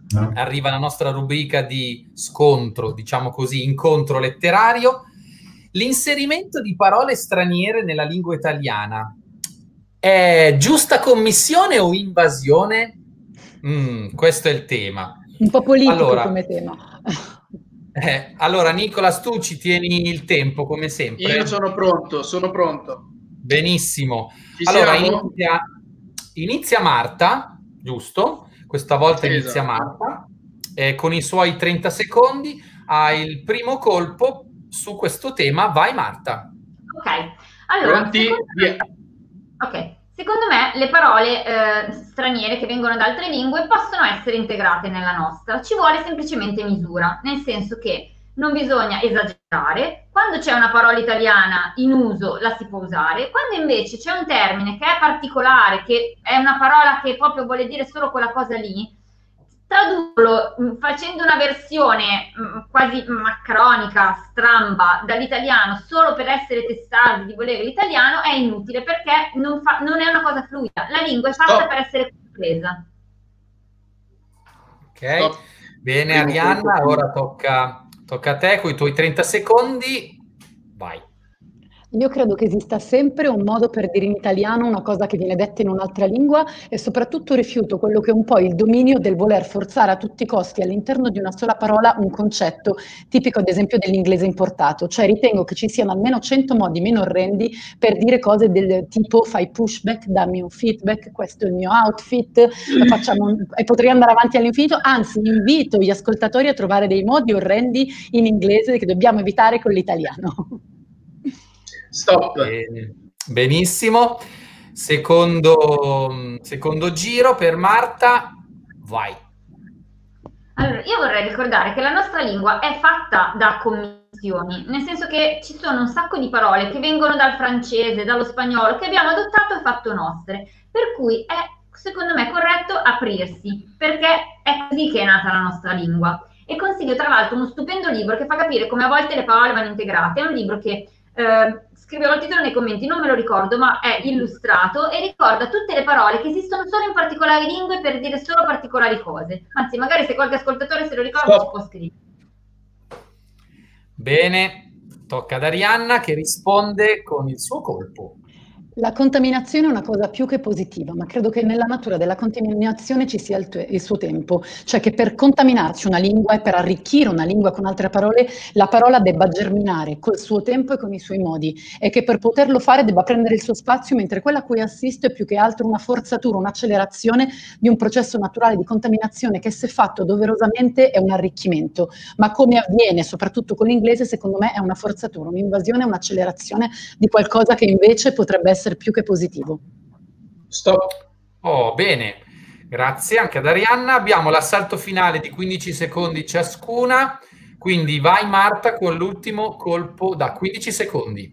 arriva la nostra rubrica di scontro, diciamo così, incontro letterario. L'inserimento di parole straniere nella lingua italiana è giusta commissione o invasione? Questo è il tema. Un po' politico come tema. Allora, Nicolas, tu ci tieni il tempo come sempre? Io sono pronto, sono pronto. Benissimo. Ci allora, siamo? inizia Marta, giusto? Questa volta Esatto. inizia Marta. Con i suoi 30 secondi ha il primo colpo su questo tema. Vai, Marta. Ok, allora, secondo me le parole straniere che vengono da altre lingue possono essere integrate nella nostra. Ci vuole semplicemente misura, nel senso che non bisogna esagerare. Quando c'è una parola italiana in uso la si può usare, quando invece c'è un termine che è particolare, che è una parola che proprio vuole dire solo quella cosa lì, tradurlo facendo una versione quasi macronica, stramba dall'italiano solo per essere testardi di volere l'italiano è inutile, perché non è una cosa fluida. La lingua è fatta per essere compresa. Ok, bene Arianna, ora tocca a te con i tuoi 30 secondi. Vai. Io credo che esista sempre un modo per dire in italiano una cosa che viene detta in un'altra lingua, e soprattutto rifiuto quello che è un po' il dominio del voler forzare a tutti i costi all'interno di una sola parola un concetto tipico ad esempio dell'inglese importato. Cioè ritengo che ci siano almeno 100 modi meno orrendi per dire cose del tipo fai pushback, dammi un feedback, questo è il mio outfit, e potrei andare avanti all'infinito. Anzi, invito gli ascoltatori a trovare dei modi orrendi in inglese che dobbiamo evitare con l'italiano. Stop. Benissimo. Secondo giro per Marta. Vai. Allora, io vorrei ricordare che la nostra lingua è fatta da commissioni, nel senso che ci sono un sacco di parole che vengono dal francese, dallo spagnolo, che abbiamo adottato e fatto nostre, per cui è, secondo me, corretto aprirsi, perché è così che è nata la nostra lingua. E consiglio tra l'altro uno stupendo libro che fa capire come a volte le parole vanno integrate. È un libro che scriverò il titolo nei commenti, non me lo ricordo, ma è illustrato e ricorda tutte le parole che esistono solo in particolari lingue per dire solo particolari cose. Anzi, magari se qualche ascoltatore se lo ricorda ci può scrivere. Bene, tocca ad Arianna che risponde con il suo colpo. La contaminazione è una cosa più che positiva, ma credo che nella natura della contaminazione ci sia il suo tempo, cioè che per contaminarci una lingua e per arricchire una lingua con altre parole, la parola debba germinare col suo tempo e con i suoi modi, e che per poterlo fare debba prendere il suo spazio, mentre quella a cui assisto è più che altro una forzatura, un'accelerazione di un processo naturale di contaminazione che, se fatto doverosamente, è un arricchimento, ma come avviene soprattutto con l'inglese, secondo me è una forzatura, un'invasione, un'accelerazione di qualcosa che invece potrebbe essere più che positivo. Stop. Oh, bene, grazie anche ad Arianna. Abbiamo l'assalto finale di 15 secondi ciascuna, quindi vai Marta con l'ultimo colpo da 15 secondi.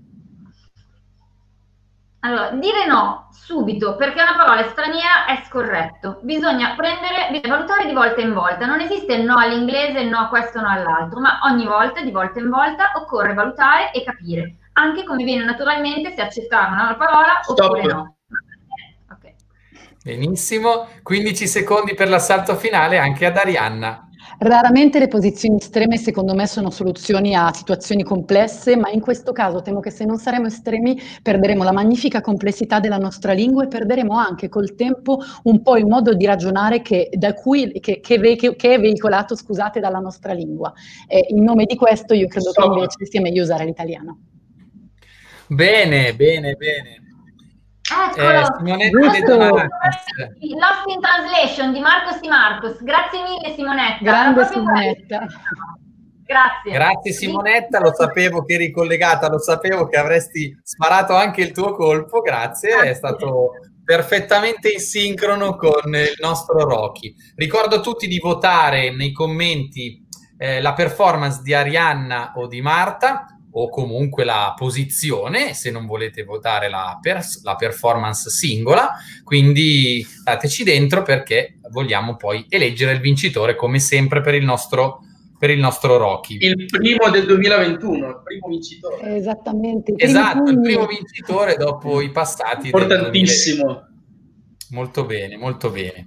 Allora, dire no subito perché una parola straniera è scorretto. Bisogna valutare di volta in volta. Non esiste il no all'inglese, il no a questo, no all'altro, ma ogni volta, di volta in volta, occorre valutare e capire anche come viene naturalmente, se accettare una parola oppure no. Okay. Benissimo, 15 secondi per l'assalto finale anche ad Arianna. Raramente le posizioni estreme, secondo me, sono soluzioni a situazioni complesse, ma in questo caso temo che se non saremo estremi perderemo la magnifica complessità della nostra lingua e perderemo anche col tempo un po' il modo di ragionare che è veicolato, scusate, dalla nostra lingua. In nome di questo io credo che invece sia meglio usare l'italiano. Bene, bene, bene. Simonetta Lost in Translation di Marcos Di Marcos. Grazie mille Simonetta. Grande Simonetta. Grazie. Grazie Simonetta, lo sapevo che eri collegata, lo sapevo che avresti sparato anche il tuo colpo, grazie. È stato perfettamente in sincrono con il nostro Rocky. Ricordo a tutti di votare nei commenti la performance di Arianna o di Marta, o comunque la posizione, se non volete votare la performance singola, quindi dateci dentro perché vogliamo poi eleggere il vincitore come sempre per il nostro Rocky. Il primo del 2021, il primo vincitore. Esattamente. Esatto, il primo vincitore dopo i passati. Importantissimo. Molto bene, molto bene.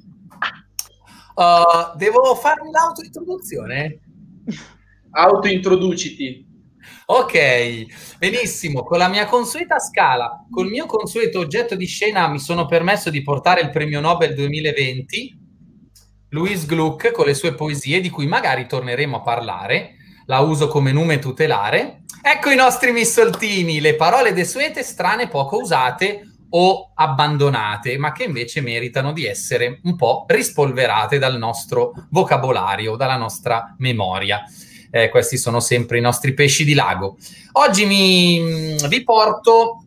Devo farmi l'autointroduzione? Autointroduciti. Ok, benissimo. Con la mia consueta scala, col mio consueto oggetto di scena, mi sono permesso di portare il premio Nobel 2020, Louise Gluck, con le sue poesie, di cui magari torneremo a parlare. La uso come nume tutelare. Ecco i nostri missoltini, le parole desuete, strane, poco usate o abbandonate, ma che invece meritano di essere un po' rispolverate dal nostro vocabolario, dalla nostra memoria. Questi sono sempre i nostri pesci di lago. Oggi vi porto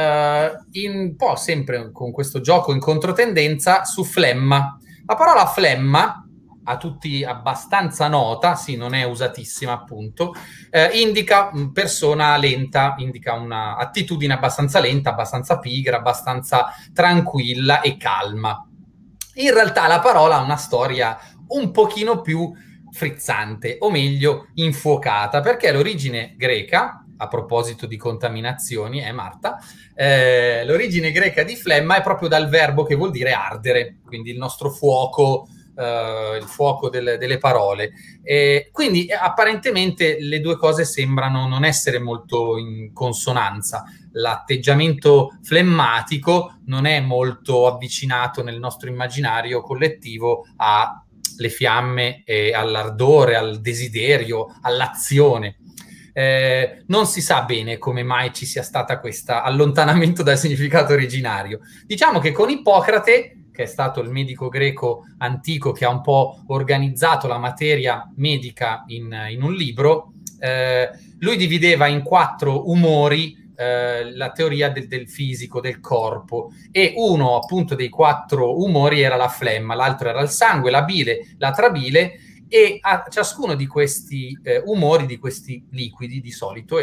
un po' sempre con questo gioco in controtendenza su flemma. La parola flemma, a tutti abbastanza nota, sì, non è usatissima appunto, indica persona lenta, indica una attitudine abbastanza lenta, abbastanza pigra, abbastanza tranquilla e calma. In realtà la parola ha una storia un pochino più frizzante, o meglio infuocata, perché l'origine greca, a proposito di contaminazioni, Marta, l'origine greca di flemma è proprio dal verbo che vuol dire ardere, quindi il nostro fuoco, il fuoco delle parole. Quindi apparentemente le due cose sembrano non essere molto in consonanza. L'atteggiamento flemmatico non è molto avvicinato nel nostro immaginario collettivo alle fiamme, all'ardore, al desiderio, all'azione. Non si sa bene come mai ci sia stata questo allontanamento dal significato originario. Diciamo che con Ippocrate, che è stato il medico greco antico che ha un po' organizzato la materia medica in un libro, lui divideva in 4 umori la teoria del fisico, del corpo, e uno appunto dei 4 umori era la flemma, l'altro era il sangue, la bile, la trabile, e a ciascuno di questi umori, di questi liquidi di solito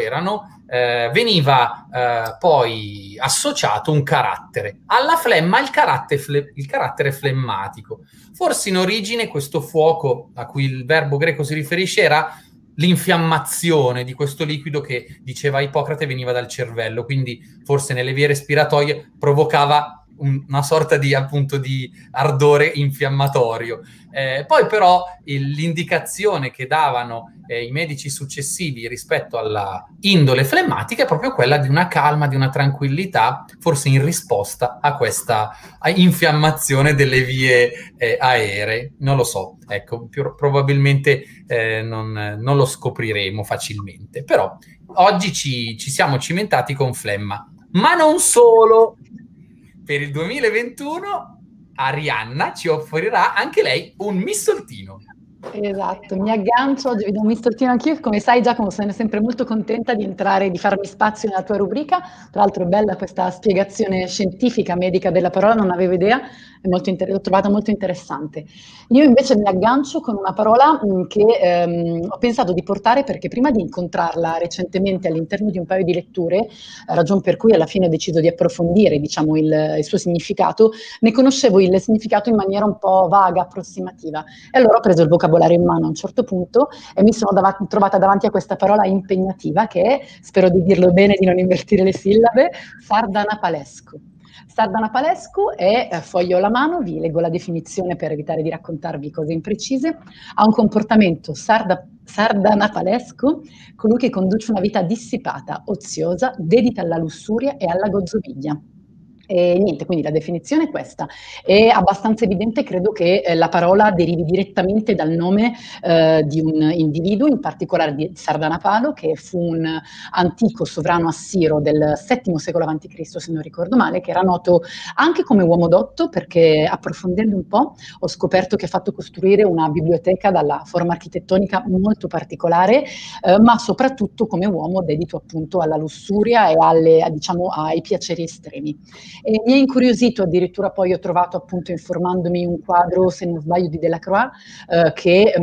veniva poi associato un carattere. Alla flemma il carattere flemmatico. Forse in origine questo fuoco a cui il verbo greco si riferisce era l'infiammazione di questo liquido che, diceva Ippocrate, veniva dal cervello, quindi forse nelle vie respiratorie provocava una sorta di appunto di ardore infiammatorio. Poi però l'indicazione che davano i medici successivi rispetto alla indole flemmatica è proprio quella di una calma, di una tranquillità, forse in risposta a questa infiammazione delle vie aeree. Non lo so, ecco, probabilmente non lo scopriremo facilmente, però oggi ci siamo cimentati con flemma. Ma non solo. Per il 2021 Arianna ci offrirà anche lei un missoltino. Esatto, mi aggancio, oggi vi do un missoltino anch'io. Come sai, Giacomo, sono sempre molto contenta di entrare, di farmi spazio nella tua rubrica. Tra l'altro è bella questa spiegazione scientifica, medica della parola, non avevo idea, l'ho trovata molto interessante. Io invece mi aggancio con una parola che ho pensato di portare perché prima di incontrarla recentemente all'interno di un paio di letture, ragion per cui alla fine ho deciso di approfondire, diciamo, il suo significato, ne conoscevo il significato in maniera un po' vaga, approssimativa, e allora ho preso il vocabolario in mano a un certo punto e mi sono trovata davanti a questa parola impegnativa che è, spero di dirlo bene, di non invertire le sillabe, sardanapalesco. Sardanapalesco è, foglio alla mano, vi leggo la definizione per evitare di raccontarvi cose imprecise, ha un comportamento sardanapalesco, colui che conduce una vita dissipata, oziosa, dedita alla lussuria e alla gozzoviglia. E niente, quindi la definizione è questa. È abbastanza evidente, credo, che la parola derivi direttamente dal nome di un individuo, in particolare di Sardanapalo, che fu un antico sovrano assiro del VII secolo a.C., se non ricordo male, che era noto anche come uomo dotto, perché approfondendo un po' ho scoperto che ha fatto costruire una biblioteca dalla forma architettonica molto particolare, ma soprattutto come uomo dedito appunto alla lussuria e diciamo, ai piaceri estremi. E mi è incuriosito, addirittura poi ho trovato appunto informandomi un quadro, se non sbaglio, di Delacroix che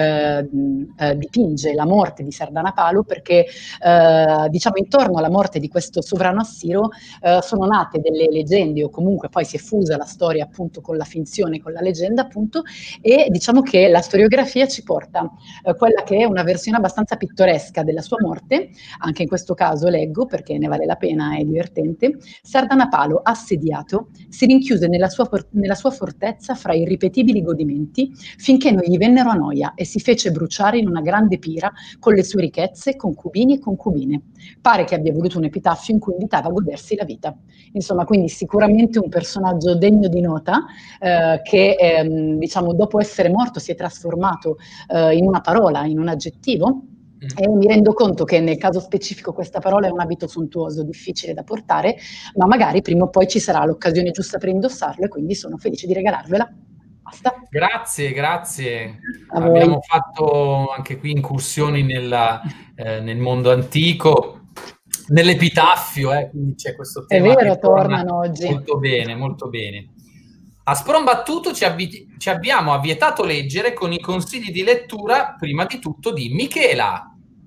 dipinge la morte di Sardanapalo, perché diciamo intorno alla morte di questo sovrano assiro sono nate delle leggende, o comunque poi si è fusa la storia appunto con la finzione, con la leggenda appunto, e diciamo che la storiografia ci porta quella che è una versione abbastanza pittoresca della sua morte. Anche in questo caso leggo, perché ne vale la pena, è divertente. Sardanapalo assediato, si rinchiuse nella sua fortezza fra irripetibili godimenti, finché non gli vennero a noia e si fece bruciare in una grande pira con le sue ricchezze, concubini e concubine. Pare che abbia voluto un epitaffio in cui invitava a godersi la vita. Insomma, quindi sicuramente un personaggio degno di nota, che diciamo dopo essere morto si è trasformato in una parola, in un aggettivo. E mi rendo conto che nel caso specifico questa parola è un abito sontuoso, difficile da portare, ma magari prima o poi ci sarà l'occasione giusta per indossarlo e quindi sono felice di regalarvela. Basta. Grazie, grazie. Abbiamo fatto anche qui incursioni nel mondo antico, nell'epitaffio, quindi c'è questo tema. È vero, tornano oggi. Molto bene, molto bene. A sprombattuto ci abbiamo avvietato leggere con i consigli di lettura, prima di tutto di Michela.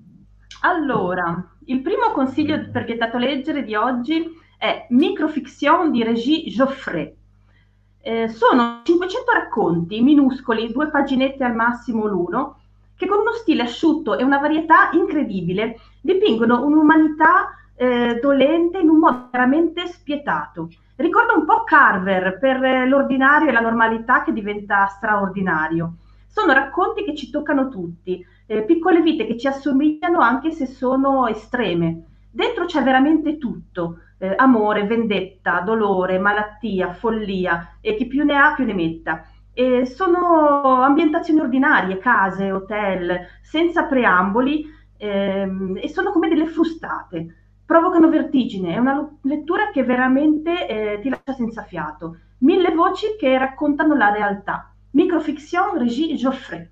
Allora, il primo consiglio per vietato leggere di oggi è Microfiction di Régis Geoffrey. Sono 500 racconti minuscoli, 2 paginette al massimo l'uno, che con uno stile asciutto e una varietà incredibile dipingono un'umanità dolente in un modo veramente spietato. Ricorda un po' Carver per l'ordinario e la normalità che diventa straordinario. Sono racconti che ci toccano tutti, piccole vite che ci assomigliano anche se sono estreme. Dentro c'è veramente tutto, amore, vendetta, dolore, malattia, follia, e chi più ne ha più ne metta. Sono ambientazioni ordinarie, case, hotel, senza preamboli, e sono come delle frustate. Provocano vertigine, è una lettura che veramente ti lascia senza fiato. 1000 voci che raccontano la realtà. Microfiction, Régis Geoffrey.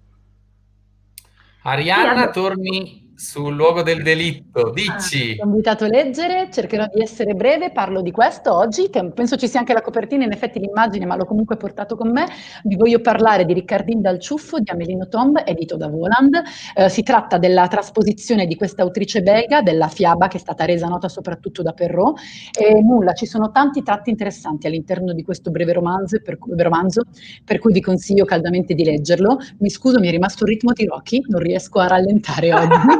Arianna, torni sul luogo del delitto, dici. Ho invitato a leggere, cercherò di essere breve, parlo di questo oggi, penso ci sia anche la copertina, in effetti l'immagine, ma l'ho comunque portato con me. Vi voglio parlare di Riccardin dal ciuffo di Amélie Nothomb, edito da Voland. Si tratta della trasposizione di questa autrice belga, della fiaba, che è stata resa nota soprattutto da Perrault, e ci sono tanti tratti interessanti all'interno di questo breve romanzo, per cui vi consiglio caldamente di leggerlo. Mi scuso, mi è rimasto un ritmo di Rocky, non riesco a rallentare oggi.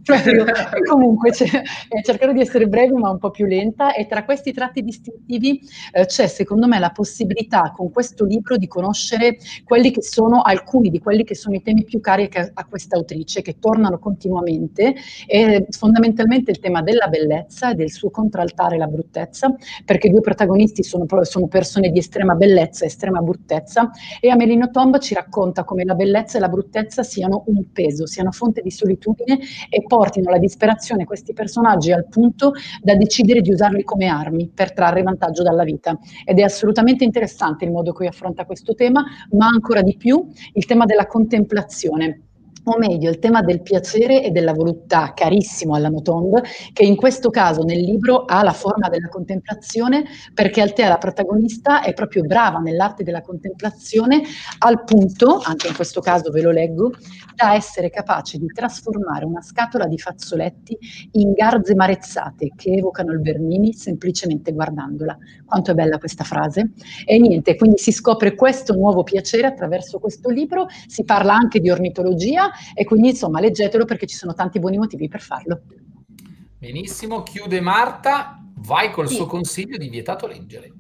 E comunque cercherò di essere breve ma un po' più lenta, e tra questi tratti distintivi c'è secondo me la possibilità con questo libro di conoscere quelli che sono alcuni di quelli che sono i temi più cari a questa autrice, che tornano continuamente, e fondamentalmente il tema della bellezza e del suo contraltare la bruttezza, perché i due protagonisti sono persone di estrema bellezza e estrema bruttezza, e Amélie Nothomb ci racconta come la bellezza e la bruttezza siano un peso, siano fonte di solitudine e portino la disperazione questi personaggi al punto da decidere di usarli come armi per trarre vantaggio dalla vita. Ed è assolutamente interessante il modo in cui affronta questo tema, ma ancora di più il tema della contemplazione, o meglio il tema del piacere e della voluttà, carissimo alla Nothomb, che in questo caso nel libro ha la forma della contemplazione, perché Althea, la protagonista, è proprio brava nell'arte della contemplazione, al punto, anche in questo caso ve lo leggo, da essere capace di trasformare una scatola di fazzoletti in garze marezzate che evocano il Bernini semplicemente guardandola. Quanto è bella questa frase? E niente, quindi si scopre questo nuovo piacere attraverso questo libro, si parla anche di ornitologia, e quindi insomma leggetelo perché ci sono tanti buoni motivi per farlo. Benissimo, chiude Marta, vai col suo consiglio di vietato leggere.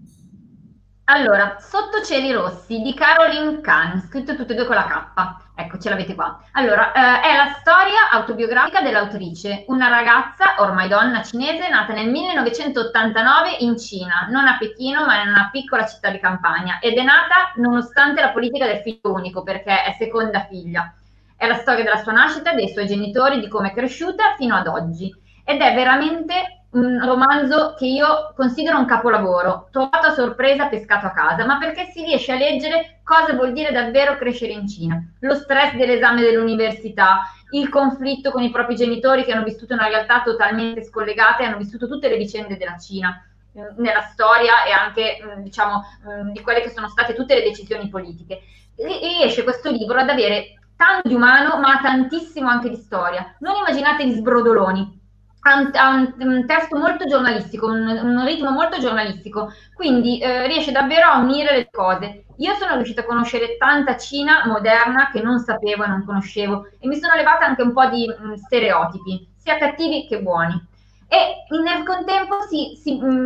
Allora, Sotto cieli rossi di Caroline Kahn, scritto tutte e due con la K. Ecco, ce l'avete qua. Allora, è la storia autobiografica dell'autrice, una ragazza, ormai donna cinese, nata nel 1989 in Cina, non a Pechino, ma in una piccola città di campagna, ed è nata nonostante la politica del figlio unico, perché è seconda figlia. È la storia della sua nascita, dei suoi genitori, di come è cresciuta fino ad oggi. Ed è veramente un romanzo che io considero un capolavoro, trovato a sorpresa, pescato a casa, ma perché si riesce a leggere cosa vuol dire davvero crescere in Cina. Lo stress dell'esame dell'università, il conflitto con i propri genitori che hanno vissuto una realtà totalmente scollegata e hanno vissuto tutte le vicende della Cina nella storia e anche diciamo di quelle che sono state tutte le decisioni politiche. Riesce questo libro ad avere tanto di umano ma tantissimo anche di storia. Non immaginate gli sbrodoloni, ha un testo molto giornalistico, un ritmo molto giornalistico, quindi riesce davvero a unire le cose. Io sono riuscita a conoscere tanta Cina moderna che non sapevo e non conoscevo, e mi sono levata anche un po' di stereotipi, sia cattivi che buoni. E nel contempo si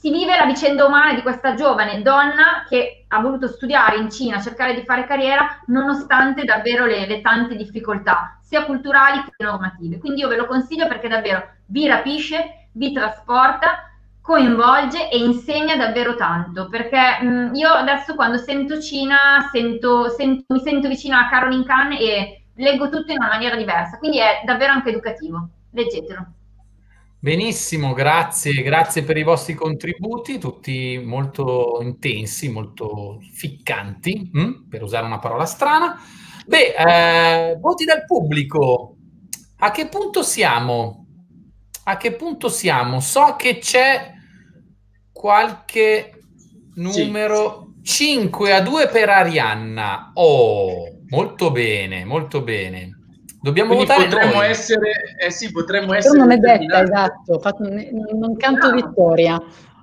si vive la vicenda umana di questa giovane donna che ha voluto studiare in Cina, cercare di fare carriera, nonostante davvero le tante difficoltà, sia culturali che normative. Quindi io ve lo consiglio perché davvero vi rapisce, vi trasporta, coinvolge e insegna davvero tanto, perché io adesso quando sento Cina mi sento vicina a Caroline Khan e leggo tutto in una maniera diversa, quindi è davvero anche educativo. Leggetelo. Benissimo, grazie per i vostri contributi, tutti molto intensi, molto ficcanti, per usare una parola strana. Beh, voti dal pubblico, a che punto siamo? A che punto siamo? So che c'è qualche numero, sì. 5-2 per Arianna. Oh, molto bene, molto bene. Dobbiamo quindi votare potremmo noi. essere, sì, potremmo essere. Non è detta, esatto, non canto vittoria.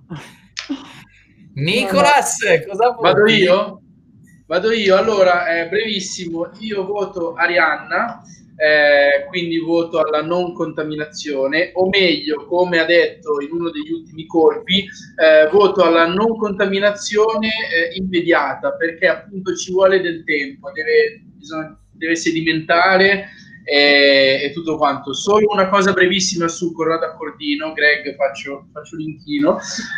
Nicolas, cosa voti? Vado io? Vado io, allora, brevissimo, io voto Arianna, quindi voto alla non contaminazione, o meglio, come ha detto in uno degli ultimi colpi, voto alla non contaminazione immediata, perché appunto ci vuole del tempo, deve sedimentare e tutto quanto. Solo una cosa brevissima su Corrado Accordino, Greg, faccio l'inchino,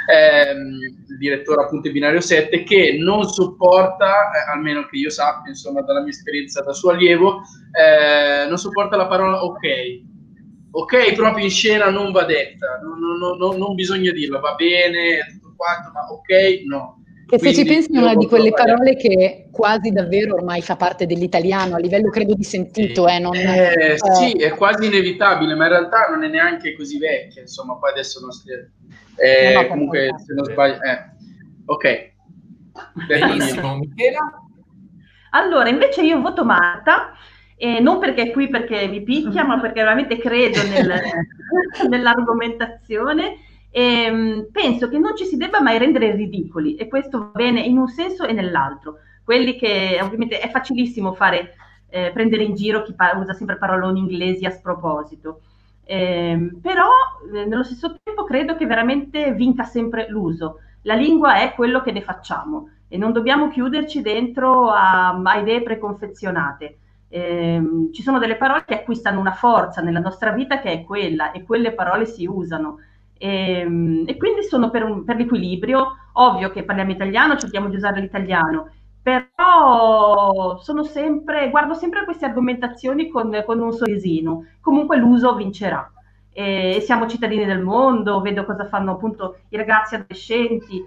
il direttore appunto di Binario 7, che non sopporta, almeno che io sappia, insomma, dalla mia esperienza da suo allievo, non sopporta la parola ok proprio in scena non va detta, non bisogna dirla, va bene, tutto quanto, ma ok no. Che se ci pensi è una di quelle parole che quasi davvero ormai fa parte dell'italiano, a livello credo di sentito. Sì, è quasi inevitabile, ma in realtà non è neanche così vecchia, insomma, poi adesso non si... comunque, se non sbaglio... ok. Benissimo, Michela? Allora, invece io voto Marta, non perché è qui perché mi picchia, ma perché veramente credo nell'argomentazione. Penso che non ci si debba mai rendere ridicoli, e questo va bene in un senso e nell'altro. Quelli che ovviamente è facilissimo prendere in giro chi usa sempre paroloni inglesi a sproposito, però nello stesso tempo credo che veramente vinca sempre l'uso. La lingua è quello che ne facciamo e non dobbiamo chiuderci dentro a idee preconfezionate. Ci sono delle parole che acquistano una forza nella nostra vita che è quella, e quelle parole si usano. E quindi sono per l'equilibrio. Ovvio che parliamo italiano, cerchiamo di usare l'italiano, però guardo sempre queste argomentazioni con un sorrisino. Comunque l'uso vincerà, e siamo cittadini del mondo, vedo cosa fanno appunto i ragazzi adolescenti.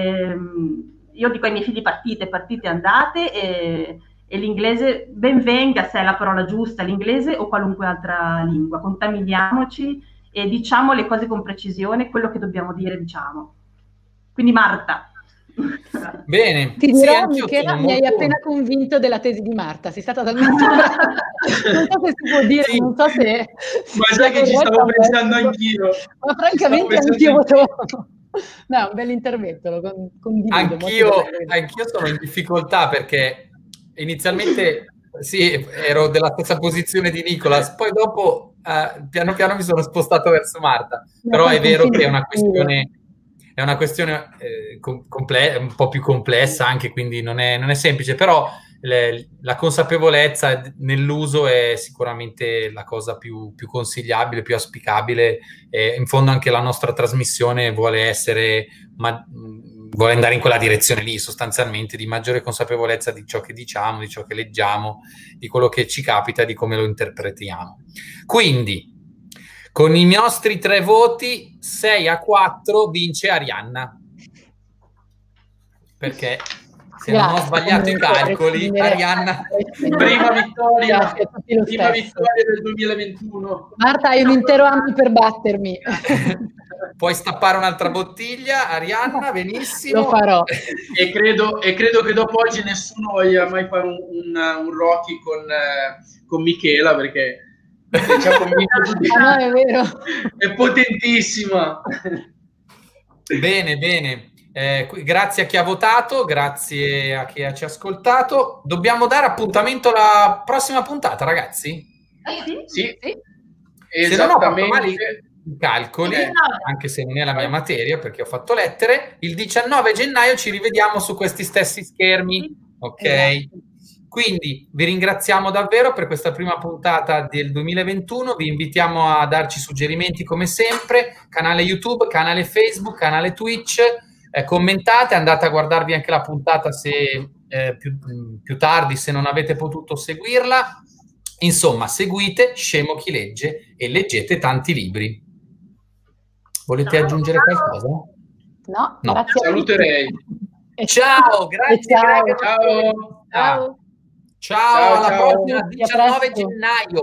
Io dico ai miei figli partite andate, e l'inglese ben venga se è la parola giusta, l'inglese o qualunque altra lingua. Contaminiamoci e diciamo le cose con precisione, quello che dobbiamo dire diciamo. Quindi Marta. Bene. Ti dirò, Michela, mi hai appena convinto della tesi di Marta, sei stata talmente brava. Non so se si può dire, sì. Non so se... Ma sai che ci stavo pensando anch'io. Ma francamente anch'io voto... No, un bel intervento, lo condivido. Anch'io sono in difficoltà perché inizialmente sì, ero della stessa posizione di Nicolas, poi dopo piano piano mi sono spostato verso Marta, però è vero che è una questione un po' più complessa anche, quindi non è semplice, però la consapevolezza nell'uso è sicuramente la cosa più consigliabile, più auspicabile, e in fondo anche la nostra trasmissione vuole andare in quella direzione lì, sostanzialmente, di maggiore consapevolezza di ciò che diciamo, di ciò che leggiamo, di quello che ci capita, di come lo interpretiamo. Quindi, con i nostri 3 voti, 6-4, vince Arianna. Perché se non ho sbagliato i calcoli, Arianna... Prima vittoria del 2021. Marta, hai un intero anno per battermi. Puoi stappare un'altra bottiglia, Arianna, benissimo. Lo farò. E credo che dopo oggi nessuno voglia mai fare un Rocky con Michela, perché ci ha convinto tutti. No, è vero. È potentissima. Bene. Grazie a chi ha votato, grazie a chi ci ha ascoltato. Dobbiamo dare appuntamento alla prossima puntata, ragazzi? Sì. Se non ho fatto male, i calcoli, anche se non è la mia materia perché ho fatto lettere. Il 19 gennaio ci rivediamo su questi stessi schermi, ok? Quindi vi ringraziamo davvero per questa prima puntata del 2021, vi invitiamo a darci suggerimenti come sempre, canale YouTube, canale Facebook, canale Twitch, commentate, andate a guardarvi anche la puntata se più tardi se non avete potuto seguirla. Insomma, seguite Scemo chi legge e leggete tanti libri. Volete aggiungere qualcosa? No, no. Grazie. Saluterei. Ciao, grazie. Ciao. Ciao, alla prossima 19 gennaio.